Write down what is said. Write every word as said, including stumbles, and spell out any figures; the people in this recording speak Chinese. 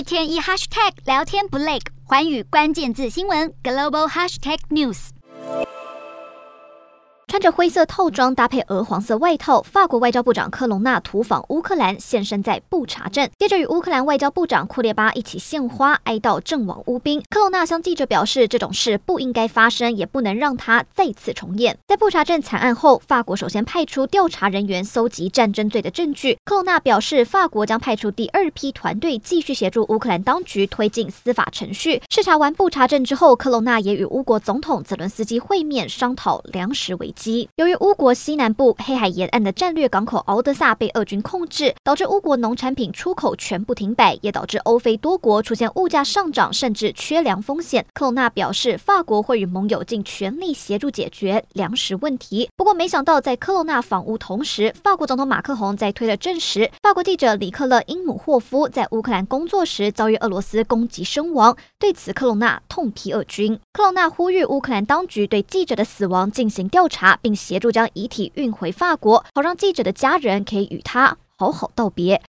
天一 hashtag 聊天不累，寰宇关键字新闻 global hashtag news。 穿着灰色套装搭配鹅黄色外套，法国外交部长科隆纳突访乌克兰，现身在布查镇，接着与乌克兰外交部长库列巴一起献花哀悼阵亡乌兵。科隆纳向记者表示，这种事不应该发生，也不能让它再次重演。在布查镇惨案后，法国首先派出调查人员搜集战争罪的证据。科隆纳表示，法国将派出第二批团队继续协助乌克兰当局推进司法程序。视察完布查镇之后，科隆纳也与乌国总统泽伦斯基会面，商讨粮食危机。由于乌国西南部黑海沿岸的战略港口敖德萨被俄军控制，导致乌国农产品出口全部停摆，也导致欧非多国出现物价上涨甚至缺粮风险。科隆纳表示，法国会与盟友尽全力协助解决粮食问题。不过，没想到在科隆纳访乌同时，法国总统马克宏在推特证实，法国记者里克勒因姆霍夫在乌克兰工作时遭遇俄罗斯攻击身亡。对此，科隆纳痛批俄军。科隆纳呼吁乌克兰当局对记者的死亡进行调查，并协助将遗体运回法国，好让记者的家人可以与他好好道别。